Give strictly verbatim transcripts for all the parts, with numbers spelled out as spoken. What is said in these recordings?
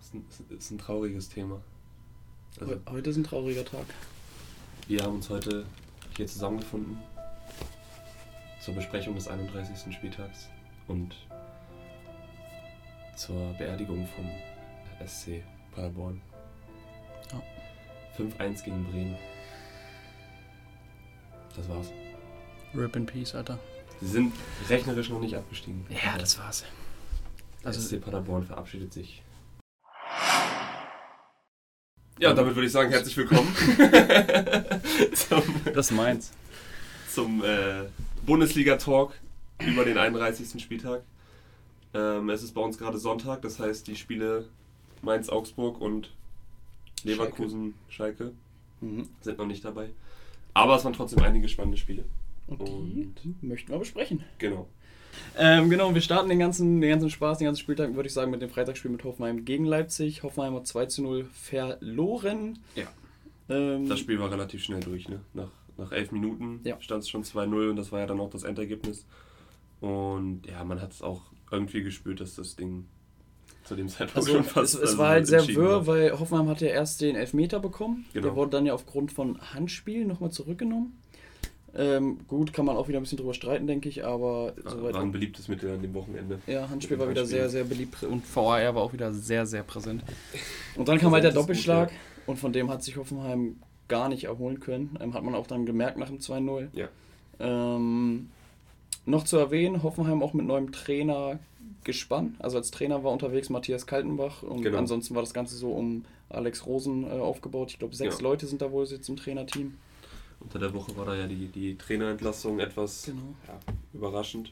ist ein, ist ein trauriges Thema. Also, heute ist ein trauriger Tag. Wir haben uns heute hier zusammengefunden zur Besprechung des einunddreißigsten Spieltags und zur Beerdigung vom S C Paderborn. Ja. fünf eins gegen Bremen. Das war's. Rip in Peace, Alter. Sie sind rechnerisch noch nicht abgestiegen. Ja, das war's. Also S C Paderborn verabschiedet sich. Ja, damit würde ich sagen, herzlich willkommen zum, das ist meins. zum äh, Bundesliga-Talk über den einunddreißigsten Spieltag. Ähm, es ist bei uns gerade Sonntag, das heißt die Spiele Mainz-Augsburg und Leverkusen-Schalke mhm. sind noch nicht dabei. Aber es waren trotzdem einige spannende Spiele. Und die und möchten wir besprechen. Genau. Ähm, genau, wir starten den ganzen, den ganzen Spaß, den ganzen Spieltag, würde ich sagen, mit dem Freitagsspiel mit Hoffenheim gegen Leipzig. Hoffenheim hat zwei zu null verloren. Ja. Ähm, das Spiel war relativ schnell durch, ne? Nach, nach elf Minuten ja. stand es schon zwei null und das war ja dann auch das Endergebnis. Und ja, man hat es auch irgendwie gespürt, dass das Ding zu dem Zeitpunkt also schon fast es, es also war halt sehr wirr, war. weil Hoffenheim hat ja erst den Elfmeter bekommen. Genau. Der wurde dann ja aufgrund von Handspiel nochmal zurückgenommen. Ähm, gut, kann man auch wieder ein bisschen drüber streiten, denke ich, aber Ja, soweit. war ein beliebtes Mittel an dem Wochenende. Ja, Handspiel war wieder Handspiel. sehr, sehr beliebt und V A R war auch wieder sehr, sehr präsent. Und dann kam halt der Doppelschlag gut, ja. Und von dem hat sich Hoffenheim gar nicht erholen können. Ähm, hat man auch dann gemerkt nach dem zwei null. Ja. Ähm, noch zu erwähnen, Hoffenheim auch mit neuem Trainer gespannt. Also als Trainer war unterwegs Matthias Kaltenbach und genau. Ansonsten war das Ganze so um Alex Rosen äh, aufgebaut. Ich glaube, sechs ja. Leute sind da wohl jetzt im Trainerteam. Unter der Woche war da ja die, die Trainerentlassung etwas genau. ja, überraschend.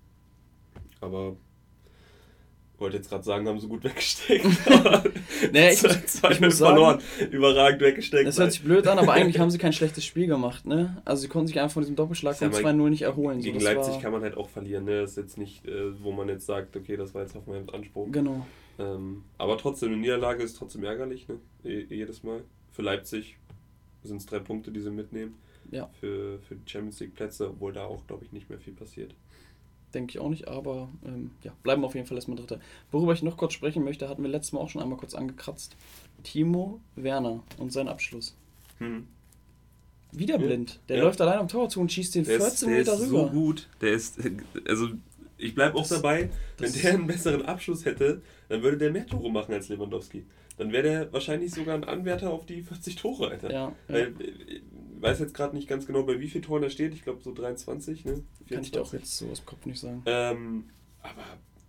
Aber ich wollte jetzt gerade sagen, haben sie gut weggesteckt. naja, ich, zwei ich muss verloren. Sagen, überragend weggesteckt. Das hört sich blöd an, aber eigentlich haben sie kein schlechtes Spiel gemacht. Ne? Also sie konnten sich einfach von diesem Doppelschlag von zwei null nicht erholen. Gegen so, Leipzig war... kann man halt auch verlieren. Ne? Das ist jetzt nicht, äh, wo man jetzt sagt, okay, das war jetzt Hoffenheims Anspruch. Genau. Ähm, aber trotzdem, eine Niederlage ist trotzdem ärgerlich. Ne? E- jedes Mal. Für Leipzig sind es drei Punkte, die sie mitnehmen. Ja. Für, für die Champions League Plätze, obwohl da auch, glaube ich, nicht mehr viel passiert. Denke ich auch nicht, aber ähm, ja, bleiben auf jeden Fall erstmal Dritter. Worüber ich noch kurz sprechen möchte, hatten wir letztes Mal auch schon einmal kurz angekratzt. Timo Werner und sein Abschluss. Hm. Wieder blind. Der ja. läuft allein am Tor zu und schießt den der vierzehn ist, der Meter ist rüber. So gut. Der ist, also ich bleibe auch das, dabei, wenn der einen besseren Abschluss hätte, dann würde der mehr Tore machen als Lewandowski. Dann wäre der wahrscheinlich sogar ein Anwärter auf die vierzig Tore, Alter. Ja, Weil, ich weiß jetzt gerade nicht ganz genau, bei wie vielen Toren er steht. Ich glaube so dreiundzwanzig, ne? vierundzwanzig. Kann ich dir auch jetzt so aus dem Kopf nicht sagen. Ähm, aber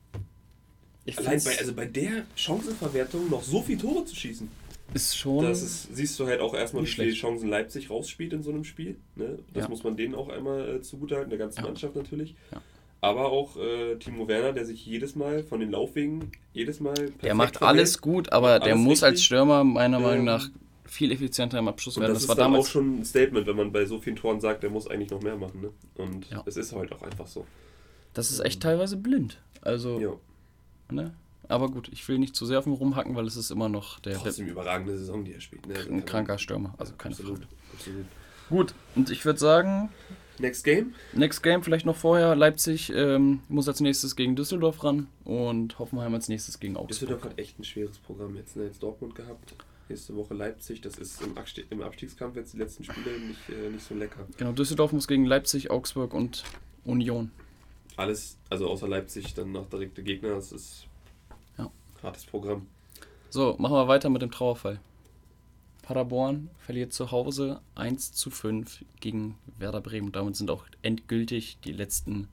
ich allein bei, also bei der Chancenverwertung noch so viele Tore zu schießen, ist schon. Das ist, siehst du halt auch erstmal, wie viele schlecht. Chancen Leipzig rausspielt in so einem Spiel. Ne? Das ja. muss man denen auch einmal äh, zugutehalten, der ganzen ja. Mannschaft natürlich. Ja. Aber auch äh, Timo Werner, der sich jedes Mal von den Laufwegen, jedes Mal perfekt Der macht verwählt. alles gut, aber der muss richtig. als Stürmer meiner ähm, Meinung nach viel effizienter im Abschluss und werden. das, Das ist war dann damals auch schon ein Statement, wenn man bei so vielen Toren sagt, der muss eigentlich noch mehr machen. Ne? Und ja. es ist halt auch einfach so. Das ist echt teilweise blind. Also, ja. ne? Aber gut, ich will nicht zu sehr auf ihn rumhacken, weil es ist immer noch der Trotzdem überragende Saison, die er spielt. Ne? ein kranker Stürmer, also keine absolut, Frage. absolut. Gut, und ich würde sagen, Next Game? Next Game vielleicht noch vorher. Leipzig ähm, muss als nächstes gegen Düsseldorf ran und Hoffenheim als nächstes gegen Augsburg. Düsseldorf hat echt ein schweres Programm jetzt. Ne? Jetzt Dortmund gehabt, nächste Woche Leipzig. Das ist im, Abstieg, im Abstiegskampf jetzt die letzten Spiele nicht, äh, nicht so lecker. Genau, Düsseldorf muss gegen Leipzig, Augsburg und Union. Alles, also außer Leipzig, dann noch direkte Gegner. Das ist ja. ein hartes Programm. So, machen wir weiter mit dem Trauerfall. Paderborn verliert zu Hause eins zu fünf gegen Werder Bremen. Und damit sind auch endgültig die letzten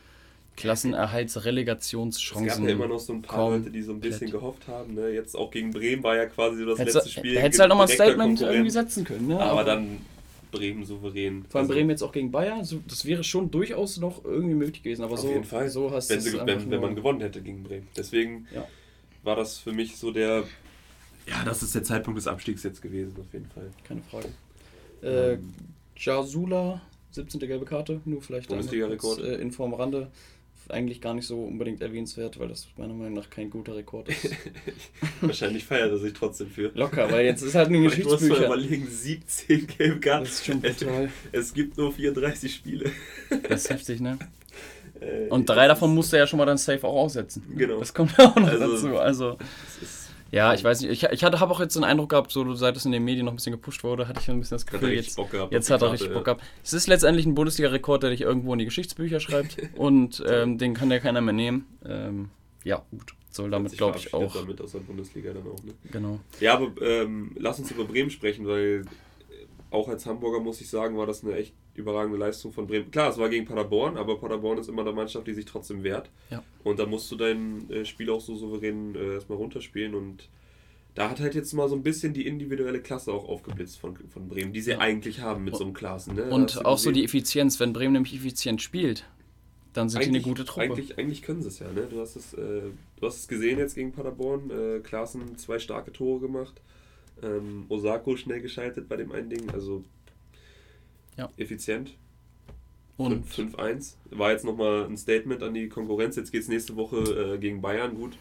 Klassenerhalts-Relegationschancen. Es gab ja immer noch so ein paar Leute, die so ein bisschen komplett. gehofft haben. Ne? Jetzt auch gegen Bremen war ja quasi so das Hättest letzte du, Spiel. Da hättest du halt nochmal ein direkter Statement Konkurrent. irgendwie setzen können. Ne? Aber, Aber dann Bremen souverän. Vor allem Also, Bremen jetzt auch gegen Bayern. So, das wäre schon durchaus noch irgendwie möglich gewesen. Aber auf so, jeden Fall. so hast du wenn, es sie, einfach wenn, wenn nur- man gewonnen hätte gegen Bremen. Deswegen Ja. war das für mich so der... Ja, das ist der Zeitpunkt des Abstiegs jetzt gewesen, auf jeden Fall. Keine Frage. Äh, Ähm, Jasula, siebzehnte gelbe Karte, nur vielleicht einmal Bundesliga-Rekord. kurz, äh, in Form Rande. Eigentlich gar nicht so unbedingt erwähnenswert, weil das meiner Meinung nach kein guter Rekord ist. Wahrscheinlich feiert er sich trotzdem für. Locker, weil jetzt ist halt ein Du musst mal Geschichtsbücher. überlegen, siebzehn gelbe Karten. Das ist schon brutal. Es, es gibt nur vierunddreißig Spiele. Das ist heftig, ne? Äh, Und drei davon musste er ja schon mal dann safe auch aussetzen. Genau. Das kommt auch noch Also- dazu. Also, Es ist Ja, ich weiß nicht. Ich, ich habe auch jetzt den Eindruck gehabt, so seit es in den Medien noch ein bisschen gepusht wurde, hatte ich ein bisschen das Gefühl, jetzt, gehabt, jetzt hat er richtig Bock gehabt. Es ist letztendlich ein Bundesliga-Rekord, der dich irgendwo in die Geschichtsbücher schreibt und ähm, den kann ja keiner mehr nehmen. Ähm, ja, gut. Soll damit, glaube ich, auch. Damit aus der Bundesliga dann auch, ne? Genau. Ja, aber ähm, lass uns über Bremen sprechen, weil auch als Hamburger muss ich sagen, war das eine echt überragende Leistung von Bremen. Klar, es war gegen Paderborn, aber Paderborn ist immer eine Mannschaft, die sich trotzdem wehrt. Ja. Und da musst du dein äh, Spiel auch so souverän äh, erstmal runterspielen. Und da hat halt jetzt mal so ein bisschen die individuelle Klasse auch aufgeblitzt von, von Bremen, die sie ja. eigentlich haben mit so einem Klassen. Ne? Und auch so die Effizienz, wenn Bremen nämlich effizient spielt, dann sind eigentlich, die eine gute Truppe. Eigentlich, eigentlich können sie es ja. Ne? Du, hast es, äh, du hast es gesehen jetzt gegen Paderborn. Äh, Klaassen zwei starke Tore gemacht. Ähm, Osako schnell geschaltet bei dem einen Ding. Also ja. effizient. Und fünf eins. War jetzt nochmal ein Statement an die Konkurrenz. Jetzt geht es nächste Woche äh, gegen Bayern. Gut.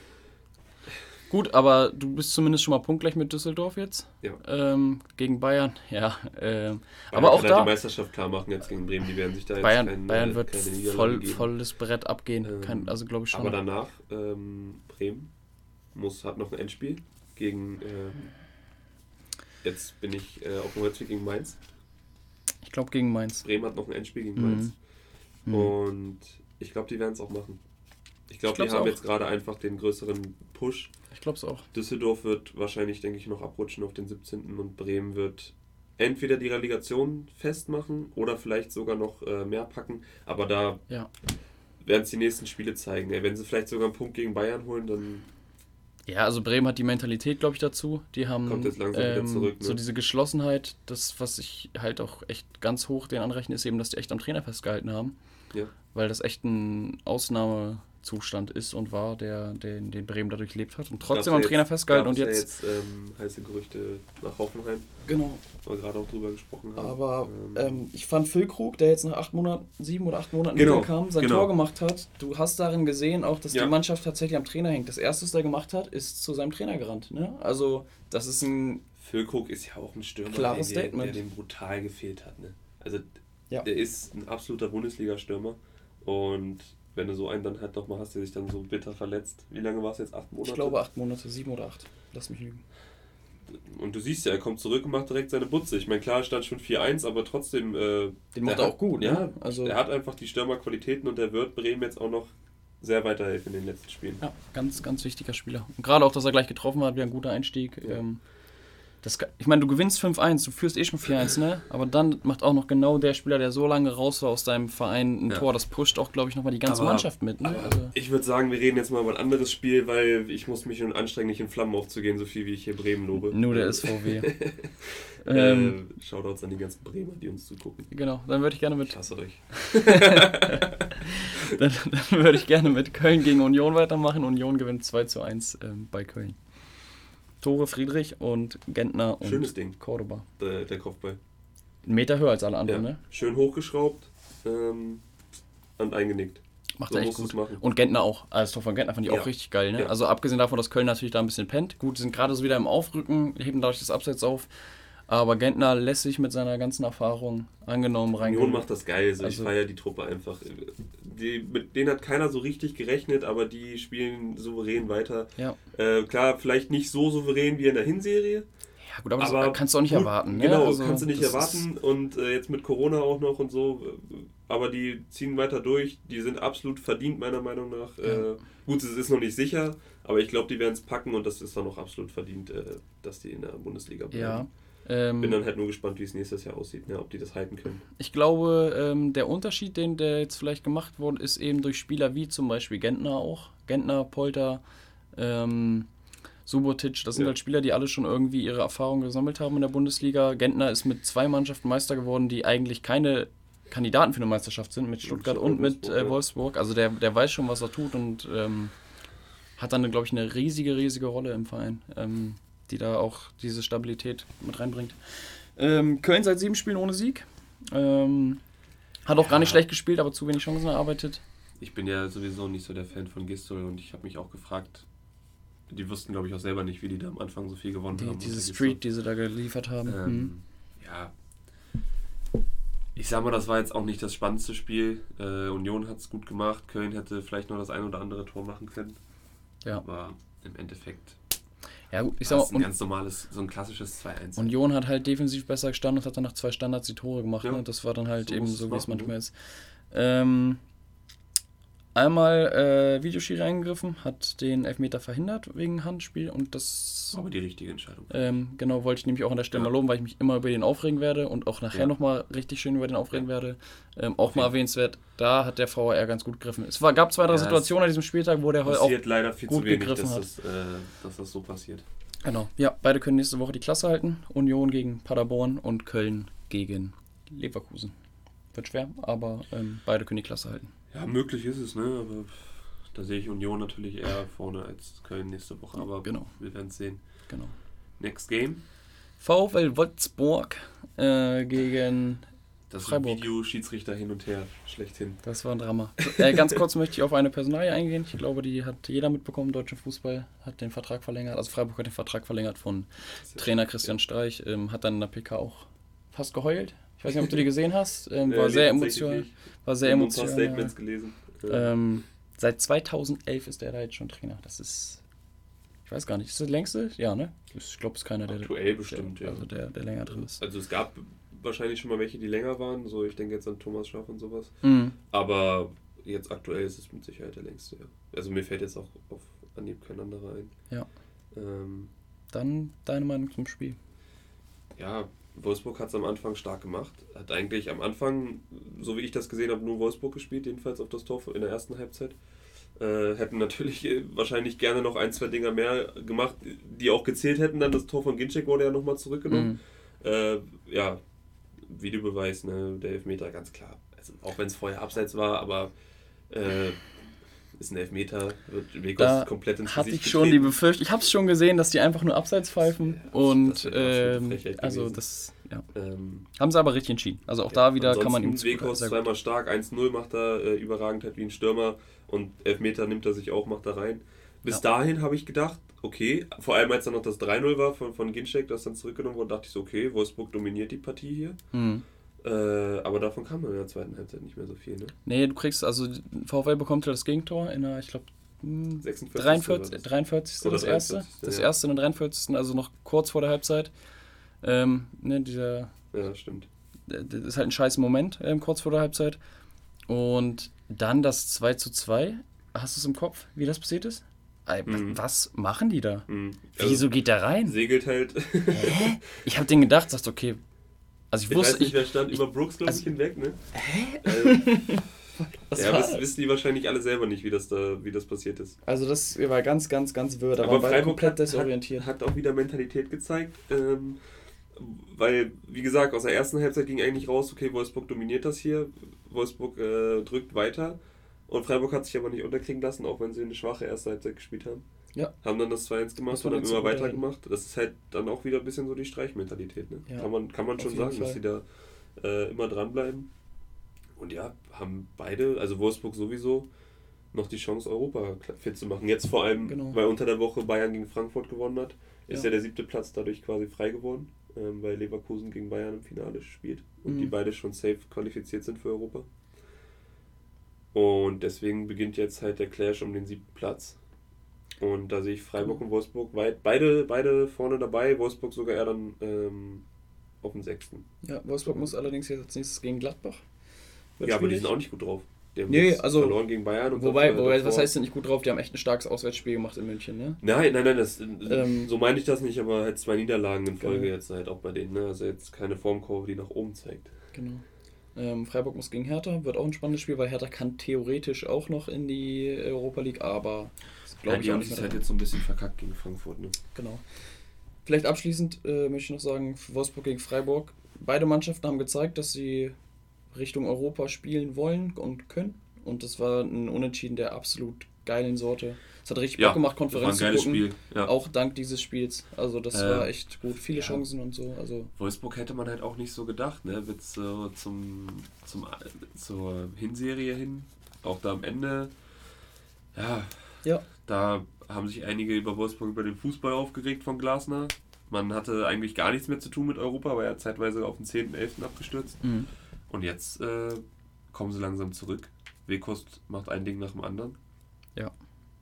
Gut, aber du bist zumindest schon mal punktgleich mit Düsseldorf jetzt. Ja. Ähm, gegen Bayern. Ja. Ähm, aber auch kann da. Halt die Meisterschaft klar machen jetzt gegen Bremen. Die werden sich da jetzt Bayern, kein, Bayern wird voll, geben. volles Brett abgehen. Ähm, Kein, also glaube ich schon. Aber danach ähm, Bremen muss hat noch ein Endspiel gegen. Ähm, jetzt bin ich äh, auf dem Holzweg gegen Mainz. Ich glaube gegen Mainz. Bremen hat noch ein Endspiel gegen mhm. Mainz. Mhm. Und ich glaube, die werden es auch machen. Ich glaube, die haben auch. jetzt gerade einfach den größeren Push. Ich glaube es auch. Düsseldorf wird wahrscheinlich, denke ich, noch abrutschen auf den siebzehnten und Bremen wird entweder die Relegation festmachen oder vielleicht sogar noch äh, mehr packen. Aber da ja. werden es die nächsten Spiele zeigen. Ey, wenn sie vielleicht sogar einen Punkt gegen Bayern holen, dann... Ja, also Bremen hat die Mentalität, glaube ich, dazu. Die haben Kommt jetzt langsam ähm, wieder zurück, ne? so diese Geschlossenheit. Das, was ich halt auch echt ganz hoch den anrechne, ist eben, dass die echt am Trainer festgehalten haben. Ja. Weil das echt ein Ausnahmezustand ist und war, der den, den Bremen dadurch lebt hat. Und trotzdem am Trainer festgehalten. Und jetzt, ja jetzt ähm, heiße Gerüchte nach Hoffenheim. Genau. Wo wir gerade auch drüber gesprochen haben. Aber ähm, ähm, ich fand Füllkrug, der jetzt nach acht Monaten, sieben oder acht Monaten genau, wiederkam, sein genau. Tor gemacht hat. Du hast darin gesehen auch, dass ja. die Mannschaft tatsächlich am Trainer hängt. Das Erste, was er gemacht hat, ist zu seinem Trainer gerannt. Ne? Also das ist ein Füllkrug ist ja auch ein Stürmer, klares der, Statement. der dem brutal gefehlt hat. Ne? Also ja. der ist ein absoluter Bundesliga-Stürmer. Und wenn du so einen dann halt nochmal hast, der sich dann so bitter verletzt. Wie lange war es jetzt? Acht Monate? Ich glaube acht Monate, sieben oder acht. Lass mich lügen. Und du siehst ja, er kommt zurück und macht direkt seine Butze. Ich meine, klar, stand schon vier eins, aber trotzdem... Äh, Den macht er auch gut, ja, ne? Also er hat einfach die Stürmerqualitäten und der wird Bremen jetzt auch noch sehr weiterhelfen in den letzten Spielen. Ja, ganz, ganz wichtiger Spieler. Und gerade auch, dass er gleich getroffen hat, wieder ein guter Einstieg. Ja. Ähm, das, ich meine, du gewinnst fünf eins, du führst eh schon vier eins, ne? Aber dann macht auch noch genau der Spieler, der so lange raus war aus deinem Verein, ein ja. Tor. Das pusht auch, glaube ich, nochmal die ganze aber, Mannschaft mit. Ne? Also ich würde sagen, wir reden jetzt mal über ein anderes Spiel, weil ich muss mich schon anstrengen, nicht in Flammen aufzugehen, so viel wie ich hier Bremen lobe. Nur der S V W. ähm, äh, Shoutouts an die ganzen Bremer, die uns zugucken. Genau, dann würde ich gerne mit... Ich hasse euch. dann, dann würde ich gerne mit Köln gegen Union weitermachen. Union gewinnt zwei zu eins ähm, bei Köln. Tore Friedrich und Gentner und Schönes Ding. Cordoba. Der, der Kopfball. Ein Meter höher als alle anderen, ja. ne? Schön hochgeschraubt ähm, und eingenickt. Macht so er echt gut. Und Gentner auch. Also das Tor von Gentner fand ich ja. auch richtig geil. Ne? Ja. Also abgesehen davon, dass Köln natürlich da ein bisschen pennt. Gut, die sind gerade so wieder im Aufrücken, heben dadurch das Abseits auf. Aber Gentner lässt sich mit seiner ganzen Erfahrung angenommen rein. Union macht das geil. Also, also ich feiere die Truppe einfach. Die, mit denen hat keiner so richtig gerechnet, aber die spielen souverän weiter. Ja. Äh, klar, vielleicht nicht so souverän wie in der Hinserie. Ja gut, aber, aber das kannst du auch nicht gut, erwarten. Ne? Genau, also, kannst du nicht erwarten. Und äh, jetzt mit Corona auch noch und so. Aber die ziehen weiter durch. Die sind absolut verdient, meiner Meinung nach. Ja. Äh, gut, es ist noch nicht sicher, aber ich glaube, die werden es packen und das ist dann auch absolut verdient, äh, dass die in der Bundesliga bleiben. Ja. Ähm, Bin dann halt nur gespannt, wie es nächstes Jahr aussieht, ne, ob die das halten können. Ich glaube, ähm, der Unterschied, den der jetzt vielleicht gemacht wurde, ist eben durch Spieler wie zum Beispiel Gentner auch. Gentner, Polter, ähm, Subotic, das sind ja. halt Spieler, die alle schon irgendwie ihre Erfahrungen gesammelt haben in der Bundesliga. Gentner ist mit zwei Mannschaften Meister geworden, die eigentlich keine Kandidaten für eine Meisterschaft sind, mit Stuttgart und mit äh, Wolfsburg. Also der, der weiß schon, was er tut und ähm, hat dann, glaube ich, eine riesige, riesige Rolle im Verein. Ähm, die da auch diese Stabilität mit reinbringt. Ähm, Köln seit sieben Spielen ohne Sieg. Ähm, hat auch ja. gar nicht schlecht gespielt, aber zu wenig Chancen erarbeitet. Ich bin ja sowieso nicht so der Fan von Gistol und ich habe mich auch gefragt, die wussten, glaube ich, auch selber nicht, wie die da am Anfang so viel gewonnen die, haben. Diese Street, die sie da geliefert haben. Ähm, mhm. Ja. Ich sag mal, das war jetzt auch nicht das spannendste Spiel. Äh, Union hat es gut gemacht. Köln hätte vielleicht noch das ein oder andere Tor machen können. Ja. Aber im Endeffekt... Ja, gut, ich sag mal, das ist ein ganz normales, so ein klassisches zwei eins. Union hat halt defensiv besser gestanden und hat dann nach zwei Standards die Tore gemacht. Ja. Ne? Das war dann halt so eben so, wie es manchmal ne? ist. Ähm, einmal äh, Videoschiri eingegriffen, hat den Elfmeter verhindert wegen Handspiel und das... Aber die richtige Entscheidung. Ähm, genau, wollte ich nämlich auch an der Stelle ja. mal loben, weil ich mich immer über den aufregen werde und auch nachher ja. nochmal richtig schön über den aufregen ja. werde. Ähm, auch okay. mal erwähnenswert, da hat der V A R ganz gut gegriffen. Es war, gab zwei, drei ja, Situationen an diesem Spieltag, wo der heute auch leider viel gut zu wenig, gegriffen dass hat. Das, äh, dass das so passiert. Genau, ja, beide können nächste Woche die Klasse halten. Union gegen Paderborn und Köln gegen Leverkusen. Wird schwer, aber ähm, beide können die Klasse halten. Ja, möglich ist es, ne? Aber da sehe ich Union natürlich eher vorne als Köln nächste Woche. Aber genau. wir werden es sehen. Genau. Next Game. VfL Wolfsburg äh, gegen das Freiburg. Videoschiedsrichter hin und her, schlechthin. Das war ein Drama. äh, ganz kurz möchte ich auf eine Personalie eingehen. Ich glaube, die hat jeder mitbekommen. Deutscher Fußball hat den Vertrag verlängert. Also Freiburg hat den Vertrag verlängert von Trainer Christian Streich. Ähm, hat dann in der P K auch fast geheult. Ich weiß nicht, ob du die gesehen hast. Ähm, war, ja, sehr emotional, war sehr emotional. Ein paar Statements gelesen. Ähm, seit zweitausendelf ist der da jetzt schon Trainer. Das ist... Ich weiß gar nicht, ist das der längste? Ja, ne? Ich glaube, es ist keiner, der... Aktuell bestimmt, der, ja. Also der, der länger drin ist. Also es gab wahrscheinlich schon mal welche, die länger waren. So, ich denke jetzt an Thomas Schaff und sowas. Mhm. Aber jetzt aktuell ist es mit Sicherheit der längste, ja. Also mir fällt jetzt auch auf Anhieb kein anderer ein. Ja. Ähm, Dann deine Meinung zum Spiel. Ja, Wolfsburg hat es am Anfang stark gemacht. Hat eigentlich am Anfang, so wie ich das gesehen habe, nur Wolfsburg gespielt, jedenfalls auf das Tor in der ersten Halbzeit. Äh, hätten natürlich äh, wahrscheinlich gerne noch ein, zwei Dinger mehr gemacht, die auch gezählt hätten. Dann das Tor von Ginczek wurde ja nochmal zurückgenommen. Mhm. Äh, ja, Videobeweis, ne, der Elfmeter, ganz klar. Also, auch wenn es vorher abseits war, aber äh, ist ein Elfmeter, wird Wekos komplett ins hatte Gesicht ich schon die Befürchtung, ich habe es schon gesehen, dass die einfach nur abseits pfeifen. Ja, und ähm, also das, ja. Ähm, haben sie aber richtig entschieden. Also auch ja, da wieder kann man ihm Wekos zweimal stark, eins null macht er äh, überragend, halt wie ein Stürmer und Elfmeter nimmt er sich auch, macht er rein. Bis ja. dahin habe ich gedacht, okay, vor allem als dann noch das drei null war von, von Ginczek, das dann zurückgenommen wurde, dachte ich so, okay, Wolfsburg dominiert die Partie hier. Mhm. Äh, aber davon kam man in der zweiten Halbzeit nicht mehr so viel, ne? Nee, du kriegst, also VfL bekommt ja das Gegentor in der, ich glaube, dreiundvierzigsten dreiundvierzigsten das erste. Das ja. erste in der dreiundvierzigsten Also noch kurz vor der Halbzeit. Ähm, ne, dieser. Ja, stimmt. Das ist halt ein scheiß Moment, ähm, kurz vor der Halbzeit. Und dann das zwei zu zwei. Hast du es im Kopf, wie das passiert ist? Mhm. Was machen die da? Mhm. Also Wieso geht der rein? Segelt halt. Hä? Ich habe den gedacht, sagst okay. Also ich, ich wusste. weiß nicht, ich, wer stand ich, über Brooks, glaube ich, also, hinweg, ne? Hä? Ähm, ja, wissen, wissen die wahrscheinlich alle selber nicht, wie das da, wie das passiert ist. Also das war ganz, ganz, ganz wirr. Da Aber war Freiburg komplett hat, desorientiert. Hat, hat auch wieder Mentalität gezeigt. Ähm, weil, wie gesagt, aus der ersten Halbzeit ging eigentlich raus, okay, Wolfsburg dominiert das hier. Wolfsburg äh, drückt weiter. Und Freiburg hat sich aber nicht unterkriegen lassen, auch wenn sie eine schwache erste Halbzeit gespielt haben. Ja. Haben dann das zwei eins gemacht und dann immer weitergemacht. Das ist halt dann auch wieder ein bisschen so die Streichmentalität. Ne? Ja. Kann man, kann man schon sagen, Fall. dass sie da äh, immer dranbleiben. Und ja, haben beide, also Wolfsburg sowieso, noch die Chance, Europa fit zu machen. Jetzt vor allem, genau. weil unter der Woche Bayern gegen Frankfurt gewonnen hat, ist ja, ja der siebte Platz dadurch quasi frei geworden, ähm, weil Leverkusen gegen Bayern im Finale spielt und mhm. die beide schon safe qualifiziert sind für Europa. Und deswegen beginnt jetzt halt der Clash um den siebten Platz. Und da sehe ich Freiburg und Wolfsburg weit, beide, beide vorne dabei, Wolfsburg sogar eher dann ähm, auf dem sechsten. Ja, Wolfsburg muss allerdings jetzt als nächstes gegen Gladbach. Wird ja, schwierig. Aber die sind auch nicht gut drauf. Die haben nee, also verloren gegen Bayern. Und wobei, so, wobei was heißt denn nicht gut drauf? Die haben echt ein starkes Auswärtsspiel gemacht in München, ne? Nein, nein, nein, das, ähm, so meine ich das nicht, aber halt zwei Niederlagen in Folge genau. jetzt halt auch bei denen, ne? Also jetzt keine Formkurve, die nach oben zeigt. Genau. Ähm, Freiburg muss gegen Hertha, wird auch ein spannendes Spiel, weil Hertha kann theoretisch auch noch in die Europa League, aber glaube ja, ich auch nicht. Die haben halt jetzt so ein bisschen verkackt gegen Frankfurt, ne? Genau. Vielleicht abschließend äh, möchte ich noch sagen, Wolfsburg gegen Freiburg. Beide Mannschaften haben gezeigt, dass sie Richtung Europa spielen wollen und können. Und das war ein Unentschieden der absolut geilen Sorte. Es hat richtig ja, Bock gemacht, Konferenz zu gucken. Spiel. Ja. Auch dank dieses Spiels. Also das äh, war echt gut. Viele ja. Chancen und so. Also Wolfsburg hätte man halt auch nicht so gedacht, ne? Mit so zum, zum, zur Hinserie hin. Auch da am Ende. Ja, ja. Da haben sich einige über Wolfsburg über den Fußball aufgeregt von Glasner. Man hatte eigentlich gar nichts mehr zu tun mit Europa, weil er zeitweise auf den zehnten, elften abgestürzt. Mhm. Und jetzt äh, kommen sie langsam zurück. Weghorst macht ein Ding nach dem anderen. Ja.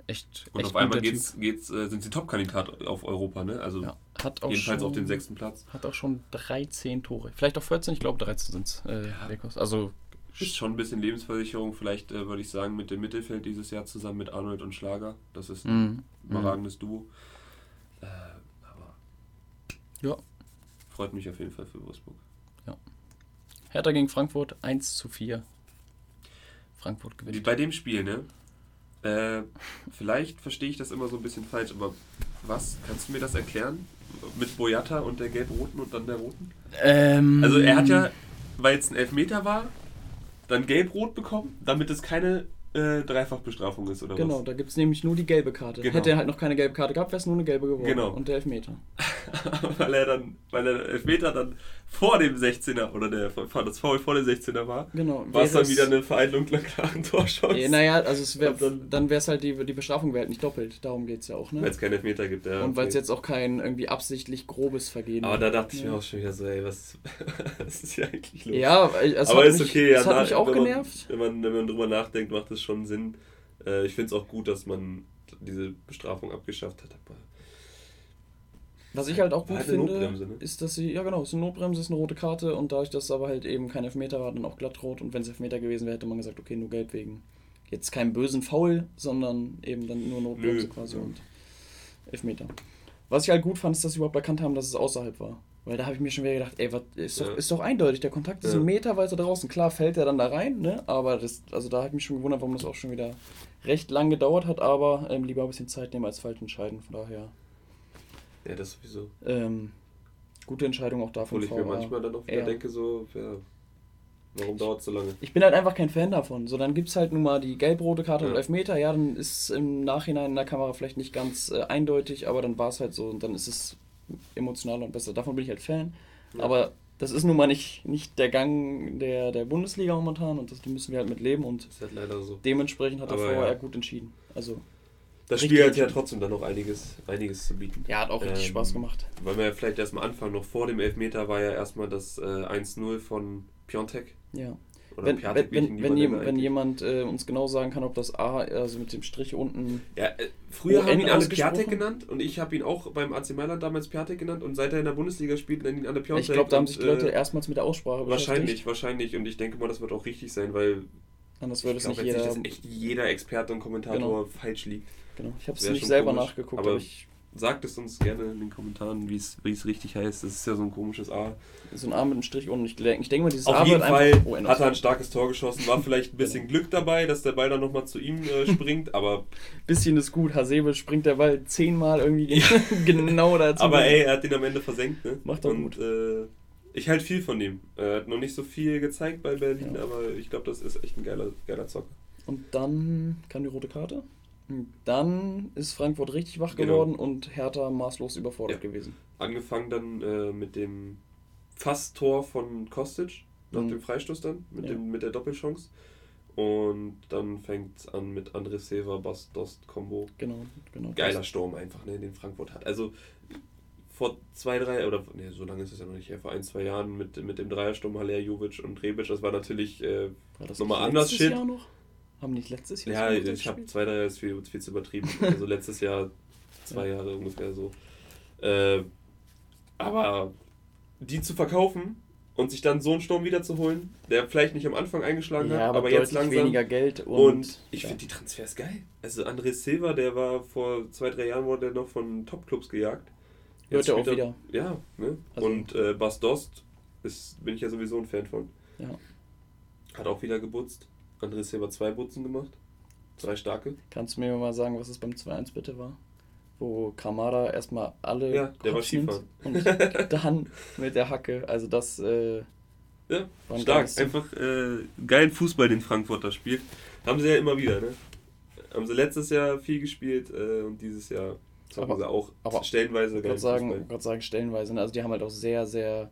echt. Und echt auf einmal geht's, geht's, äh, sind sie Top-Kandidat auf Europa, ne? Also ja, hat auch jedenfalls schon, auf den sechsten Platz. Hat auch schon dreizehn Tore. Vielleicht auch vierzehn, ich glaube dreizehn sind es. Äh, ja. Also ist schon ein bisschen Lebensversicherung, vielleicht äh, würde ich sagen, mit dem Mittelfeld dieses Jahr zusammen mit Arnold und Schlager. Das ist ein mm. überragendes mm. Duo. Äh, aber ja. Freut mich auf jeden Fall für Wolfsburg. Ja. Hertha gegen Frankfurt eins zu vier. Frankfurt gewinnt. Wie bei dem Spiel, ne? Äh, vielleicht verstehe ich das immer so ein bisschen falsch, aber was? Kannst du mir das erklären? Mit Boyata und der gelb-roten und dann der roten? Ähm, also er hat ja, weil es ein Elfmeter war, dann gelb-rot bekommen, damit es keine äh, Dreifachbestrafung ist, oder genau, was? Genau, da gibt es nämlich nur die gelbe Karte. Genau. Hätte er halt noch keine gelbe Karte gehabt, wäre es nur eine gelbe geworden. Genau. Und der Elfmeter. weil er dann, weil der Elfmeter dann vor dem sechzehner oder der, das Foul vor dem sechzehner war, genau, war es dann wieder eine Vereitelung nach klaren Torschutz. Ja, naja, also es wär, dann wäre es halt die, die Bestrafung wäre halt nicht doppelt, darum geht es ja auch, ne? Weil es keinen Elfmeter gibt, ja. Und weil es jetzt auch kein irgendwie absichtlich grobes Vergehen Aber da dachte ich ja. mir auch schon wieder so, ey, was, was ist hier eigentlich los? Ja, es aber hat ist mich, okay, das ja, hat na, mich auch wenn genervt. Man, wenn, man, wenn man drüber nachdenkt, macht das schon Sinn. Äh, ich finde es auch gut, dass man diese Bestrafung abgeschafft hat, aber was ich halt auch gut halt finde, ne? ist, dass sie, ja genau, es ist eine Notbremse, es ist eine rote Karte und dadurch, dass es aber halt eben kein Elfmeter war, dann auch glattrot und wenn es Elfmeter gewesen wäre, hätte man gesagt, okay, nur gelb wegen jetzt keinem bösen Foul, sondern eben dann nur Notbremse Nö. quasi und Elfmeter. Was ich halt gut fand, ist, dass sie überhaupt erkannt haben, dass es außerhalb war. Weil da habe ich mir schon wieder gedacht, ey, was, ist, doch, ja. ist doch eindeutig, der Kontakt ist ja. ein Meter weiter draußen. Klar fällt er dann da rein, ne? Aber das, also da habe ich mich schon gewundert, warum das auch schon wieder recht lang gedauert hat, aber ähm, lieber ein bisschen Zeit nehmen als falsch entscheiden, von daher. Ja, das sowieso. Ähm, gute Entscheidung auch davon. Obwohl ich mir manchmal dann auch wieder ja. denke, so, ja, warum dauert es so lange? Ich bin halt einfach kein Fan davon. So, dann gibt es halt nun mal die gelb-rote Karte ja. und Elfmeter. Ja, dann ist es im Nachhinein in der Kamera vielleicht nicht ganz äh, eindeutig, aber dann war es halt so und dann ist es emotionaler und besser. Davon bin ich halt Fan. Ja. Aber das ist nun mal nicht, nicht der Gang der, der Bundesliga momentan und das müssen wir halt mit leben und ist halt leider so. Dementsprechend hat der V R ja. gut entschieden. Also das Spiel hat ja trotzdem dann noch einiges, einiges zu bieten. Ja, hat auch richtig ähm, Spaß gemacht. Weil wir ja vielleicht erstmal anfangen, noch vor dem Elfmeter war ja erstmal das äh, eins null von Piontek. Ja. Oder wenn, Piatek, wenn, wenn, jem, wenn jemand äh, uns genau sagen kann, ob das A, also mit dem Strich unten... Ja, äh, früher haben ihn alle Piatek genannt und ich habe ihn auch beim A C Mailand damals Piatek genannt und seit er in der Bundesliga spielt, nennen ihn alle Piontek. Ich glaube, da haben sich die Leute äh, erstmals mit der Aussprache Wahrscheinlich, wahrscheinlich und ich denke mal, das wird auch richtig sein, weil anders würde es nicht jeder... jeder... Dass echt jeder Experte und Kommentator genau. falsch liegt. Genau, ich habe es nicht selber komisch, nachgeguckt, aber, aber ich... Sagt es uns gerne in den Kommentaren, wie es richtig heißt. Das ist ja so ein komisches A. So ein A mit einem Strich unten. Ich denke, ich denke mal, dieses Auf A jeden wird Fall einfach... Oh, hat er ein starkes Tor geschossen. War vielleicht ein bisschen Glück dabei, dass der Ball dann nochmal zu ihm äh, springt, aber... Bisschen ist gut. Hasebe springt der Ball zehnmal irgendwie genau dazu. Aber ey, er hat ihn am Ende versenkt, ne? Macht doch Und, gut. Äh, ich halte viel von ihm. Er hat noch nicht so viel gezeigt bei Berlin, ja. aber ich glaube, das ist echt ein geiler, geiler Zocker. Und dann kam die rote Karte. Dann ist Frankfurt richtig wach geworden genau. und Hertha maßlos überfordert ja. gewesen. Angefangen dann äh, mit dem Fast-Tor von Kostic, nach mhm. dem Freistoß dann, mit, ja. dem, mit der Doppelchance. Und dann fängt es an mit André Silva, Bas-Dost-Kombo. Genau, genau. Geiler Sturm einfach, ne, den Frankfurt hat. Also vor zwei, drei, oder ne, so lange ist es ja noch nicht her, vor ein, zwei Jahren mit, mit dem Dreiersturm Haller, Jovic und Rebic, das war natürlich äh, war das nochmal anders Shit. Jahr noch? Haben nicht letztes Jahr? Ja, ich habe zwei, drei Jahre ist viel, viel zu übertrieben. Also letztes Jahr, zwei ja. Jahre ungefähr so. Äh, aber die zu verkaufen und sich dann so einen Sturm wiederzuholen, der vielleicht nicht am Anfang eingeschlagen ja, hat, aber, aber jetzt langsam. Weniger Geld und, und ich ja. finde die Transfers geil. Also André Silva, der war vor zwei, drei Jahren wurde der noch von Top-Clubs gejagt. Hört er auch er, wieder. Ja, ne? Also, und äh, Bas Dost ist, bin ich ja sowieso ein Fan von. Ja. Hat auch wieder gebutzt. André Silva zwei Butzen gemacht. Zwei starke. Kannst du mir mal sagen, was es beim zwei eins bitte war? Wo Kamada erstmal alle ja, der war Skifahren. Und dann mit der Hacke. Also das äh, ja, war stark. Einfach äh, geilen Fußball, den Frankfurter spielt. Haben sie ja immer wieder, ne? Haben sie letztes Jahr viel gespielt äh, und dieses Jahr haben sie auch aber stellenweise geilen sagen, Fußball. Ich würde sagen stellenweise. Ne? Also die haben halt auch sehr, sehr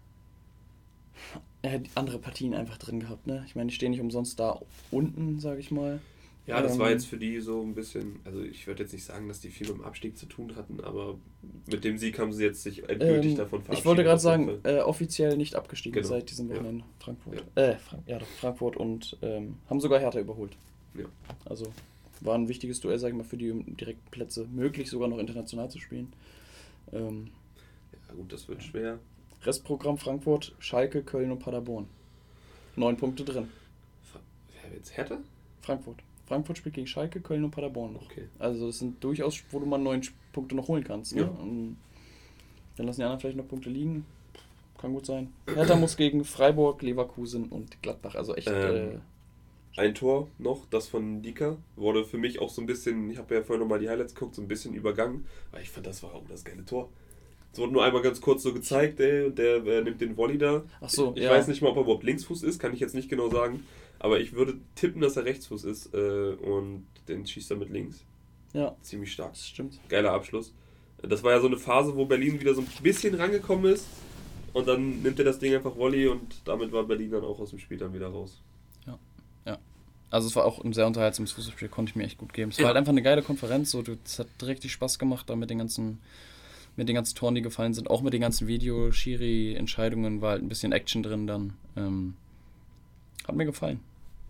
äh, andere Partien einfach drin gehabt, ne? Ich meine, die stehen nicht umsonst da unten, sage ich mal. Ja, das ähm, war jetzt für die so ein bisschen, also ich würde jetzt nicht sagen, dass die viel mit dem Abstieg zu tun hatten, aber mit dem Sieg haben sie jetzt sich endgültig ähm, davon verabschiedet. Ich wollte gerade sagen, äh, offiziell nicht abgestiegen genau. seit diesem Wochenende. Ja. Frankfurt. Ja. Äh, Frank- ja, doch, Frankfurt und ähm, haben sogar Hertha überholt. Ja. Also war ein wichtiges Duell, sag ich mal, für die direkten Plätze. Möglich sogar noch international zu spielen. Ähm, ja gut, das wird schwer. Restprogramm Frankfurt, Schalke, Köln und Paderborn. Neun Punkte drin. Wer jetzt Hertha? Frankfurt. Frankfurt spielt gegen Schalke, Köln und Paderborn noch. Okay. Also das sind durchaus, wo du mal neun Punkte noch holen kannst. Ne? Ja. Und dann lassen die anderen vielleicht noch Punkte liegen. Kann gut sein. Hertha muss gegen Freiburg, Leverkusen und Gladbach. Also echt... Ähm, äh, ein Tor noch, das von Dika, wurde für mich auch so ein bisschen, ich habe ja vorhin nochmal die Highlights geguckt, so ein bisschen übergangen. Aber ich fand, das war auch das geile Tor. Es wurde nur einmal ganz kurz so gezeigt, ey, und der äh, nimmt den Volley da. Ach so, ich ja. weiß nicht mal, ob er überhaupt Linksfuß ist, kann ich jetzt nicht genau sagen. Aber ich würde tippen, dass er Rechtsfuß ist äh, und den schießt er mit links. Ja. Ziemlich stark. Das stimmt. Geiler Abschluss. Das war ja so eine Phase, wo Berlin wieder so ein bisschen rangekommen ist und dann nimmt er das Ding einfach Volley und damit war Berlin dann auch aus dem Spiel dann wieder raus. Ja, ja. Also es war auch ein sehr unterhaltsames Fußballspiel, konnte ich mir echt gut geben. Es ja. war halt einfach eine geile Konferenz, so, es hat richtig Spaß gemacht, da mit den ganzen, mit den ganzen Toren, die gefallen sind, auch mit den ganzen Video-Schiri-Entscheidungen war halt ein bisschen Action drin dann. Ähm, hat mir gefallen.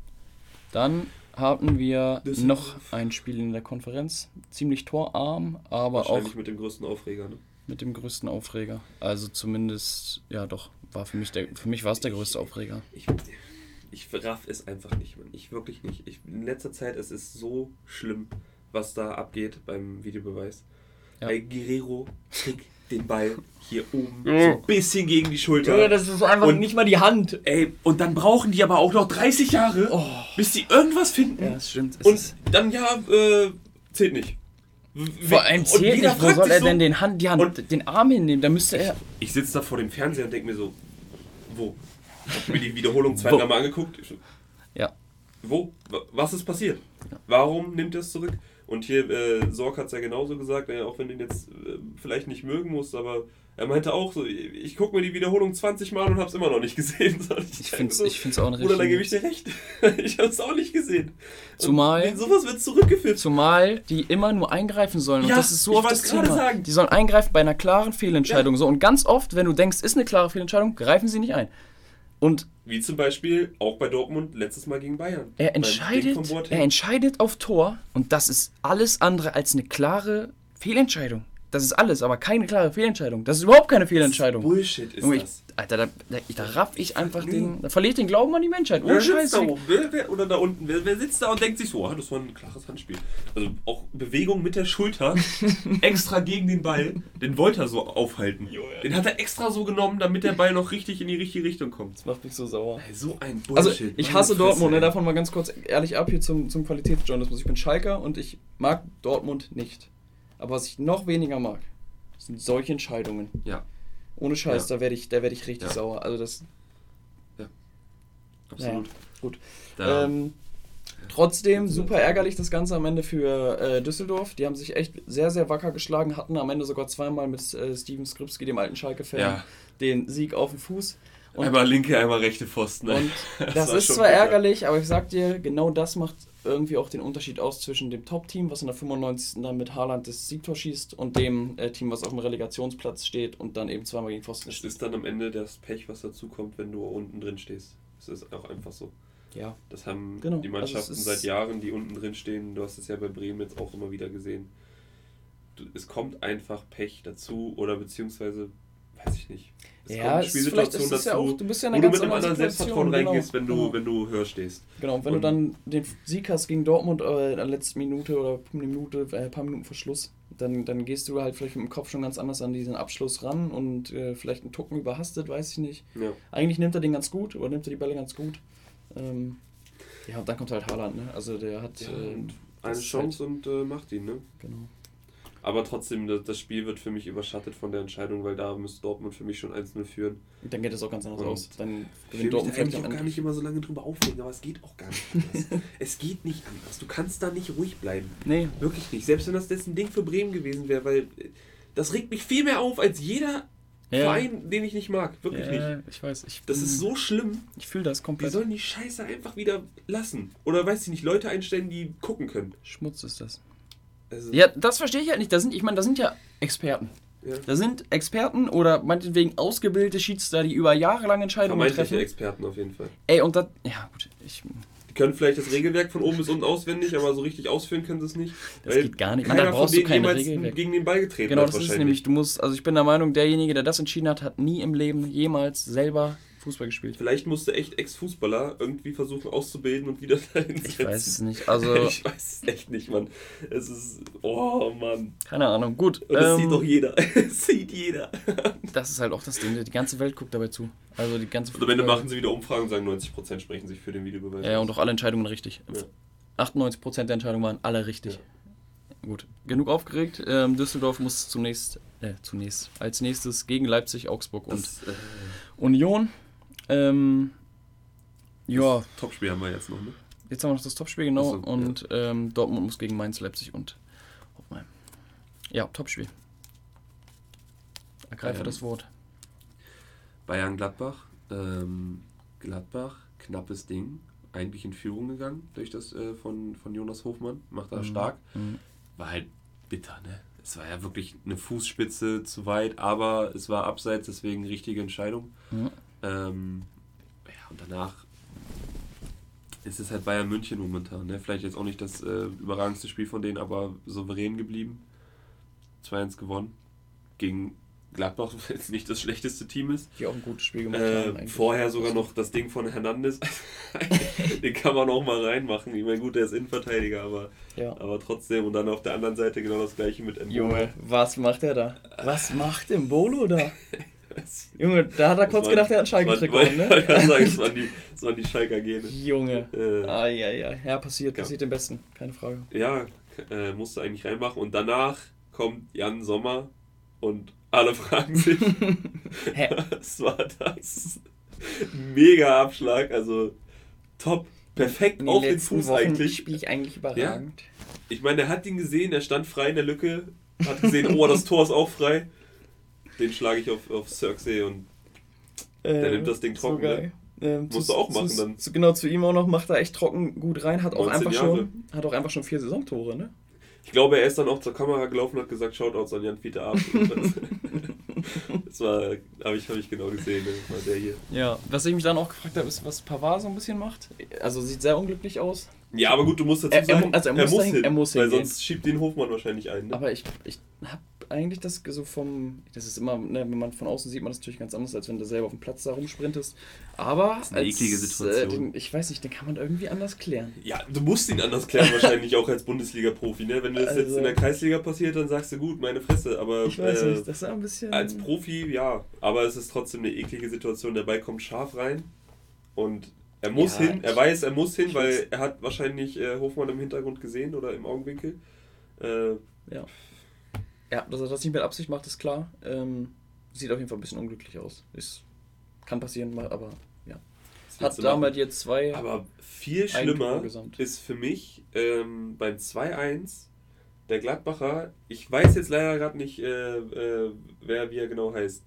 Dann hatten wir noch ein Spiel in der Konferenz, ziemlich torarm, aber wahrscheinlich auch mit dem größten Aufreger, ne? Mit dem größten Aufreger. Also zumindest, ja doch, war für mich der, für mich war es der größte Aufreger. Ich, ich, ich raff es einfach nicht, Mann. Ich wirklich nicht. Ich, in letzter Zeit, es ist so schlimm, was da abgeht beim Videobeweis. Ja. Bei Guerrero kriegt den Ball hier oben so ein bisschen gegen die Schulter. Ja, das ist einfach und, nicht mal die Hand. Ey, und dann brauchen die aber auch noch dreißig Jahre, oh. bis die irgendwas finden. Ja, das stimmt. Es und dann ja, äh, zählt nicht. Vor allem zählt nicht, wo soll er so, denn den, Hand, die Hand, und den Arm hinnehmen? Da müsste er... Ich, ich sitze da vor dem Fernseher und denke mir so, wo? Ich habe mir die Wiederholung zwei, drei Mal angeguckt. Ja. Wo? Was ist passiert? Ja. Warum nimmt er es zurück? Und hier, äh, Sorg hat es ja genauso gesagt, äh, auch wenn du ihn jetzt äh, vielleicht nicht mögen musst, aber er meinte auch so, ich, ich gucke mir die Wiederholung zwanzig Mal und habe es immer noch nicht gesehen. Ich, ich finde es so, auch nicht Oder dann gebe ich dir recht. Ich habe es auch nicht gesehen. Zumal, und sowas wird zurückgeführt. Zumal die immer nur eingreifen sollen. Und ja, das ist so oft das Thema. Sagen. Die sollen eingreifen bei einer klaren Fehlentscheidung. Ja. So, und ganz oft, wenn du denkst, ist eine klare Fehlentscheidung, greifen sie nicht ein. Und wie zum Beispiel auch bei Dortmund letztes Mal gegen Bayern. Er entscheidet, er entscheidet auf Tor und das ist alles andere als eine klare Fehlentscheidung. Das ist alles, aber keine klare Fehlentscheidung. Das ist überhaupt keine Fehlentscheidung. Das ist Bullshit ist ich, das. Alter, da, da, da raff ich einfach nee. den, da verliere ich den Glauben an die Menschheit. Ohne Scheiß. Da oben, wer, wer, oder da unten, wer, wer sitzt da und denkt sich so, oh, das war ein klares Handspiel. Also auch Bewegung mit der Schulter, extra gegen den Ball, den wollte er so aufhalten. Jo, ja. Den hat er extra so genommen, damit der Ball noch richtig in die richtige Richtung kommt. Das macht mich so sauer. Ey, so ein Bullshit. Also ich hasse Fresse, Dortmund, ne, davon mal ganz kurz ehrlich ab hier zum, zum Qualitätsjournalismus. Ich bin Schalker und ich mag Dortmund nicht. Aber was ich noch weniger mag, sind solche Entscheidungen. Ja. Ohne Scheiß, ja. da werde ich, da werd ich richtig ja. sauer. Also das... Ja, absolut. Naja, gut. Ähm, trotzdem super ärgerlich das Ganze am Ende für äh, Düsseldorf. Die haben sich echt sehr, sehr wacker geschlagen, hatten am Ende sogar zweimal mit äh, Steven Skripski, dem alten Schalke-Fan, ja. den Sieg auf dem Fuß. Und einmal linke, einmal rechte Pfosten. Und das, das ist zwar bitter. ärgerlich, aber ich sag dir, genau das macht irgendwie auch den Unterschied aus zwischen dem Top-Team, was in der fünfundneunzigsten dann mit Haaland das Siegtor schießt, und dem äh, Team, was auf dem Relegationsplatz steht und dann eben zweimal gegen Pfosten steht. Das ist dann am Ende das Pech, was dazu kommt, wenn du unten drin stehst. Das ist auch einfach so. Ja. Das haben genau. die Mannschaften also seit Jahren, die unten drin stehen. Du hast es ja bei Bremen jetzt auch immer wieder gesehen. Du, es kommt einfach Pech dazu oder beziehungsweise, weiß ich nicht. Es ja, kommt Spielsituation dazu, ja auch, du bist ja eine wo ganz du mit einem anderen Selbstvertrauen genau, reingehst, wenn du, genau. wenn du höher stehst. Genau, und wenn und du dann den Sieg hast gegen Dortmund äh, in der letzten Minute oder eine Minute, äh, ein paar Minuten vor Schluss, dann, dann gehst du halt vielleicht mit dem Kopf schon ganz anders an diesen Abschluss ran und äh, vielleicht einen Tucken überhastet, weiß ich nicht. Ja. Eigentlich nimmt er den ganz gut oder nimmt er die Bälle ganz gut. Ähm, ja, und dann kommt halt Haaland, ne? Also der hat ja, äh, eine Chance halt, und äh, macht ihn, ne? Genau. Aber trotzdem, das Spiel wird für mich überschattet von der Entscheidung, weil da müsste Dortmund für mich schon eins null führen. Dann geht es auch ganz anders und aus. Dann ich will mich eigentlich auch gar nicht immer so lange drüber aufregen, aber es geht auch gar nicht anders. Es geht nicht anders. Du kannst da nicht ruhig bleiben. Nee. Wirklich nicht. Selbst wenn das jetzt ein Ding für Bremen gewesen wäre, weil das regt mich viel mehr auf als jeder ja. Verein, den ich nicht mag. Wirklich ja, nicht. Ich weiß. Ich das ist so schlimm. Ich fühle das komplett. Wir sollen die Scheiße einfach wieder lassen. Oder weiß ich nicht, Leute einstellen, die gucken können. Schmutz ist das. Also ja, das verstehe ich halt nicht. Da sind, ich meine, da sind ja Experten. Ja. Da sind Experten oder meinetwegen ausgebildete Schiedsrichter, die über Jahre lang Entscheidungen treffen. Experten auf jeden Fall. Ey, und das, ja gut, ich... Die können vielleicht das Regelwerk von oben bis unten auswendig, aber so richtig ausführen können sie es nicht. Das geht gar nicht. Man, da brauchst du kein Regelwerk. Gegen den Ball getreten genau, das ist nämlich, du musst, also ich bin der Meinung, derjenige, der das entschieden hat, hat nie im Leben jemals selber Fußball gespielt. Vielleicht musste echt Ex-Fußballer irgendwie versuchen auszubilden und wieder dahin setzen. Ich weiß es nicht. Also ich weiß es echt nicht, Mann. Es ist, oh Mann. Keine Ahnung, gut. Und das ähm, sieht doch jeder. Das sieht jeder. Das ist halt auch das Ding, die ganze Welt guckt dabei zu. Also die ganze Und am Ende machen sie wieder Umfragen und sagen, neunzig Prozent sprechen sich für den Videobeweis. Ja, und auch alle Entscheidungen richtig. Ja. achtundneunzig Prozent der Entscheidungen waren alle richtig. Ja. Gut, genug aufgeregt. Ähm, Düsseldorf muss zunächst, äh, zunächst, als nächstes gegen Leipzig, Augsburg und das, äh, Union. Ähm, ja. Das Topspiel haben wir jetzt noch, ne? Jetzt haben wir noch das Topspiel, genau. So, und ja. ähm, Dortmund muss gegen Mainz, Leipzig und Hoffenheim. Ja, Topspiel. Ergreife ähm, das Wort. Bayern-Gladbach. Ähm, Gladbach, knappes Ding. Eigentlich in Führung gegangen durch das äh, von, von Jonas Hofmann. Macht er mhm. stark. Mhm. War halt bitter, ne? Es war ja wirklich eine Fußspitze zu weit, aber es war abseits, deswegen richtige Entscheidung. Mhm. Ähm, ja, und danach ist es halt Bayern München momentan. Ne? Vielleicht jetzt auch nicht das äh, überragendste Spiel von denen, aber souverän geblieben. zwei eins gewonnen. Gegen Gladbach, was jetzt nicht das schlechteste Team ist. Die auch ein gutes Spiel gemacht äh, haben. Vorher sogar noch das Ding von Hernandez. Den kann man auch mal reinmachen. Ich meine, gut, der ist Innenverteidiger, aber, ja. aber trotzdem. Und dann auf der anderen Seite genau das gleiche mit Mbolo. Junge, was macht er da? Was macht Mbolo da? Junge, da hat er kurz gedacht, er hat Schalke-Trikot, ne? Ich kann sagen, es waren die, es waren die Schalker Gene. Junge. Äh, ah, ja, ja. Ja, passiert, ja. passiert dem Besten. Keine Frage. Ja, äh, musste eigentlich reinmachen. Und danach kommt Jan Sommer und alle fragen sich, Hä? Was war das? Mega Abschlag, also top, perfekt auf den Fuß Wochen eigentlich. Spiel ich eigentlich überragend. Ja. Ich meine, er hat ihn gesehen, er stand frei in der Lücke, hat gesehen, oh, das Tor ist auch frei. Den schlage ich auf, auf Cirksey und äh, der nimmt das Ding trocken. So geil. Ne? Ähm, Musst zu, du auch machen zu, dann. Zu, genau, zu ihm auch noch, macht er echt trocken gut rein, hat auch einfach Jahre. schon hat auch einfach schon vier Saisontore, ne? Ich glaube, er ist dann auch zur Kamera gelaufen und hat gesagt, Shoutouts an Jan-Fiete Ab. Das war, habe ich, hab ich genau gesehen, das war der hier. Ja, was ich mich dann auch gefragt habe, ist, was Pavard so ein bisschen macht. Also sieht sehr unglücklich aus. Ja, aber gut, du musst dazu sagen, er, er, also er, muss, er muss, dahin, hin, er muss weil hingehen. Sonst schiebt den Hofmann wahrscheinlich ein. Ne? Aber ich, ich habe eigentlich das so vom, das ist immer, ne, wenn man von außen sieht, man das natürlich ganz anders, als wenn du selber auf dem Platz da rumsprintest. Aber das ist eine als, eklige Situation. Äh, den, ich weiß nicht, den kann man irgendwie anders klären. Ja, du musst ihn anders klären wahrscheinlich auch als Bundesliga-Profi. Ne? Wenn das also, jetzt in der Kreisliga passiert, dann sagst du, gut, meine Fresse. Aber ich weiß äh, nicht, das ist ein bisschen... Als Profi, ja. Aber es ist trotzdem eine eklige Situation. Der Ball kommt scharf rein und er muss ja, hin. Er weiß, er muss hin, weil er hat wahrscheinlich äh, Hofmann im Hintergrund gesehen oder im Augenwinkel. Äh, ja. Ja, dass er das nicht mit Absicht macht, ist klar. Ähm, sieht auf jeden Fall ein bisschen unglücklich aus. Ist, kann passieren, aber ja. Hat damit jetzt zwei. Aber viel schlimmer ist für mich ähm, beim zwei eins der Gladbacher. Ich weiß jetzt leider gerade nicht, äh, äh, wer wie er genau heißt.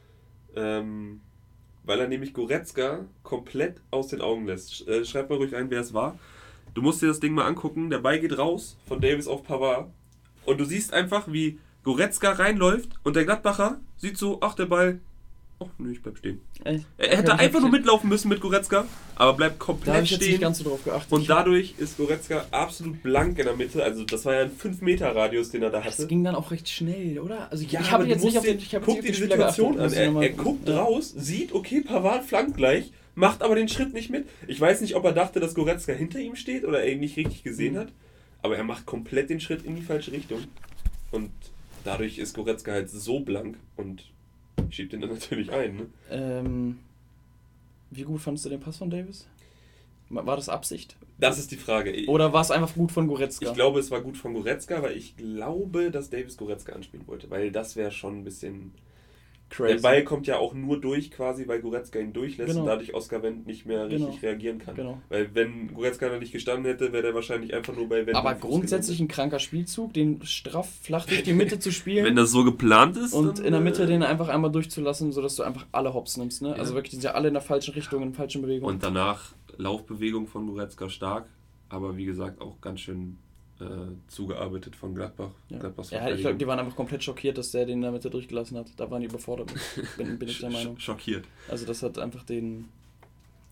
Ähm, weil er nämlich Goretzka komplett aus den Augen lässt. Äh, schreib mal ruhig rein, wer es war. Du musst dir das Ding mal angucken. Der Ball geht raus von Davis auf Pavard. Und du siehst einfach, wie Goretzka reinläuft und der Gladbacher sieht so, ach, der Ball, ach nö, ich bleib stehen. Echt? Er hätte einfach nur mitlaufen müssen mit Goretzka, aber bleibt komplett da hab ich stehen. Jetzt nicht ganz so drauf geachtet. Und dadurch ist Goretzka absolut blank in der Mitte. Also das war ja ein fünf Meter Radius, den er da hatte. Das ging dann auch recht schnell, oder? Also ich, ja, ich habe jetzt nicht auf den, ich hab guck dir die Situation an. Er, er guckt ja. raus, sieht, okay, Pavard flankt gleich, macht aber den Schritt nicht mit. Ich weiß nicht, ob er dachte, dass Goretzka hinter ihm steht oder er ihn nicht richtig gesehen mhm. hat. Aber er macht komplett den Schritt in die falsche Richtung. Und dadurch ist Goretzka halt so blank und schiebt ihn dann natürlich ein. Ne? Ähm, wie gut fandest du den Pass von Davis? War das Absicht? Das ist die Frage. Oder war es einfach gut von Goretzka? Ich glaube, es war gut von Goretzka, weil ich glaube, dass Davis Goretzka anspielen wollte. Weil das wäre schon ein bisschen... Crazy. Der Ball kommt ja auch nur durch quasi, weil Goretzka ihn durchlässt genau. und dadurch Oskar Wendt nicht mehr richtig genau. reagieren kann. Genau. Weil wenn Goretzka da nicht gestanden hätte, wäre der wahrscheinlich einfach nur bei Wendt. Aber grundsätzlich ein kranker Spielzug, den straff flach durch die Mitte zu spielen. Wenn das so geplant ist. Und in der Mitte äh, den einfach einmal durchzulassen, sodass du einfach alle Hops nimmst. Ne? Ja. Also wirklich, die sind ja alle in der falschen Richtung, in falschen Bewegungen. Und danach Laufbewegung von Goretzka stark, aber wie gesagt auch ganz schön äh, zugearbeitet von Gladbach. Ja, ja ich glaube, die waren einfach komplett schockiert, dass der den in der Mitte durchgelassen hat. Da waren die überfordert, bin, bin ich der Meinung. Schockiert. Also das hat einfach den...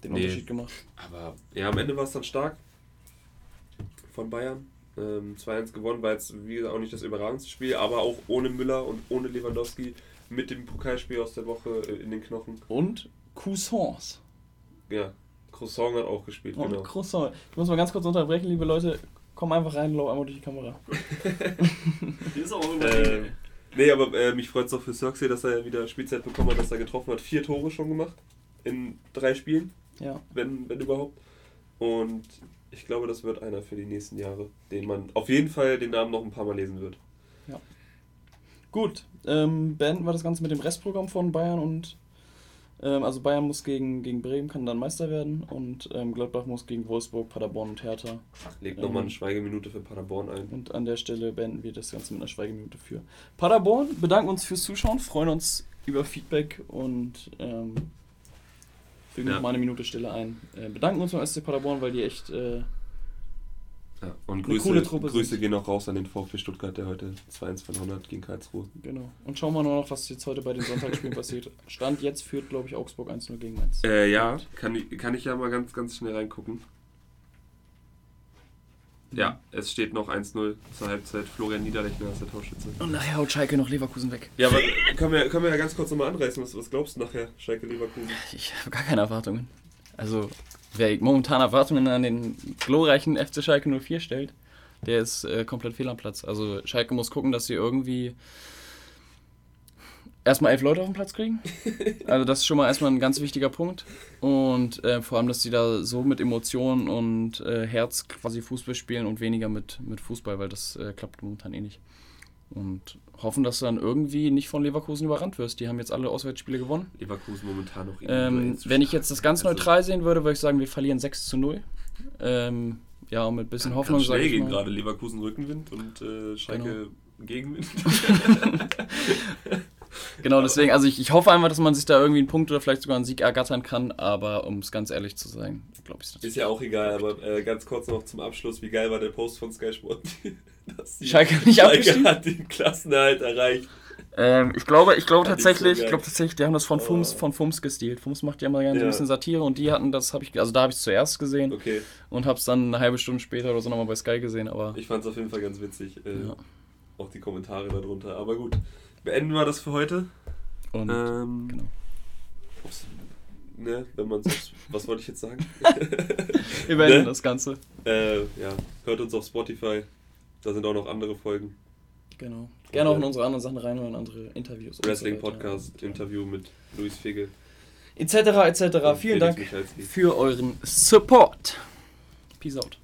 den nee, Unterschied gemacht. Aber ja, am Ende war es dann stark von Bayern. Ähm, zwei eins gewonnen, war jetzt wie gesagt auch nicht das überragendste Spiel, aber auch ohne Müller und ohne Lewandowski mit dem Pokalspiel aus der Woche in den Knochen. Und Cousins. Ja, Croissant hat auch gespielt, und genau. Croissant. Ich muss mal ganz kurz unterbrechen, liebe Leute. Komm einfach rein, lau einmal durch die Kamera. Die ist auch immer äh, Nee, aber äh, mich freut es auch für Circe, dass er wieder Spielzeit bekommen hat, dass er getroffen hat. Vier Tore schon gemacht in drei Spielen, ja. wenn, wenn überhaupt. Und ich glaube, das wird einer für die nächsten Jahre, den man auf jeden Fall den Namen noch ein paar Mal lesen wird. Ja. Gut, ähm, beenden wir das Ganze mit dem Restprogramm von Bayern und ähm, also Bayern muss gegen, gegen Bremen, kann dann Meister werden und ähm, Gladbach muss gegen Wolfsburg, Paderborn und Hertha. Legt ähm, nochmal eine Schweigeminute für Paderborn ein. Und an der Stelle beenden wir das Ganze mit einer Schweigeminute für Paderborn. Bedanken uns fürs Zuschauen, freuen uns über Feedback und ähm, fügen ja. noch mal eine Minute Stille ein. Äh, bedanken uns beim S C Paderborn, weil die echt äh, ja, und Grüße, coole Truppe Grüße sind. Gehen auch raus an den VfB Stuttgart, der heute zwei eins verloren hat gegen Karlsruhe. Genau. Und schauen wir nur noch, was jetzt heute bei den Sonntagsspielen passiert. Stand jetzt führt, glaube ich, Augsburg eins null gegen Mainz. Äh, ja, kann ich, kann ich ja mal ganz, ganz schnell reingucken. Ja, es steht noch eins null zur Halbzeit. Florian Niederlechner ist der Torschütze. Und nachher haut Schalke noch Leverkusen weg. Ja, aber können wir, können wir ja ganz kurz nochmal anreißen. Was, was glaubst du nachher, Schalke-Leverkusen? Ich habe gar keine Erwartungen. Also, wer momentan Erwartungen an den glorreichen F C Schalke null vier stellt, der ist äh, komplett fehl am Platz. Also, Schalke muss gucken, dass sie irgendwie erstmal elf Leute auf den Platz kriegen. Also das ist schon mal erstmal ein ganz wichtiger Punkt. Und äh, vor allem, dass sie da so mit Emotionen und äh, Herz quasi Fußball spielen und weniger mit, mit Fußball, weil das äh, klappt momentan eh nicht. Und hoffen, dass du dann irgendwie nicht von Leverkusen überrannt wirst. Die haben jetzt alle Auswärtsspiele gewonnen. Leverkusen momentan noch ähm, Wenn ich jetzt das ganz neutral sehen würde, würde ich sagen, wir verlieren sechs zu null. Ähm, ja, und mit ein bisschen kann, Hoffnung. Kann schnell gehen gerade. Leverkusen Rückenwind und äh, Schalke genau. Gegenwind. Genau, deswegen, also ich, ich hoffe einfach, dass man sich da irgendwie einen Punkt oder vielleicht sogar einen Sieg ergattern kann, aber um es ganz ehrlich zu sein, glaube ich es nicht. Ist ja auch egal, aber äh, ganz kurz noch zum Abschluss, wie geil war der Post von Sky Sport? dass die Schalke nicht Schalke hat den Klassenerhalt erreicht. Ähm, ich glaube, ich glaube tatsächlich, so ich glaube tatsächlich, die haben das von oh. Fums, von Fums gestealt. Fums macht ja immer gerne ja. so ein bisschen Satire und die hatten das, habe ich, also da habe ich es zuerst gesehen okay. und habe es dann eine halbe Stunde später oder so nochmal bei Sky gesehen, aber... Ich fand es auf jeden Fall ganz witzig, äh, ja. auch die Kommentare darunter, aber gut. Beenden wir das für heute. Und, ähm, genau. Ne, wenn man sonst, was wollte ich jetzt sagen? Wir beenden ne? das Ganze. Äh, ja, hört uns auf Spotify, da sind auch noch andere Folgen. Genau. Gerne auch in unsere anderen Sachen reinhören, andere Interviews. Wrestling-Podcast, so Interview mit Luis Figge. Etc. et cetera. Vielen Dank für euren Support. Peace out.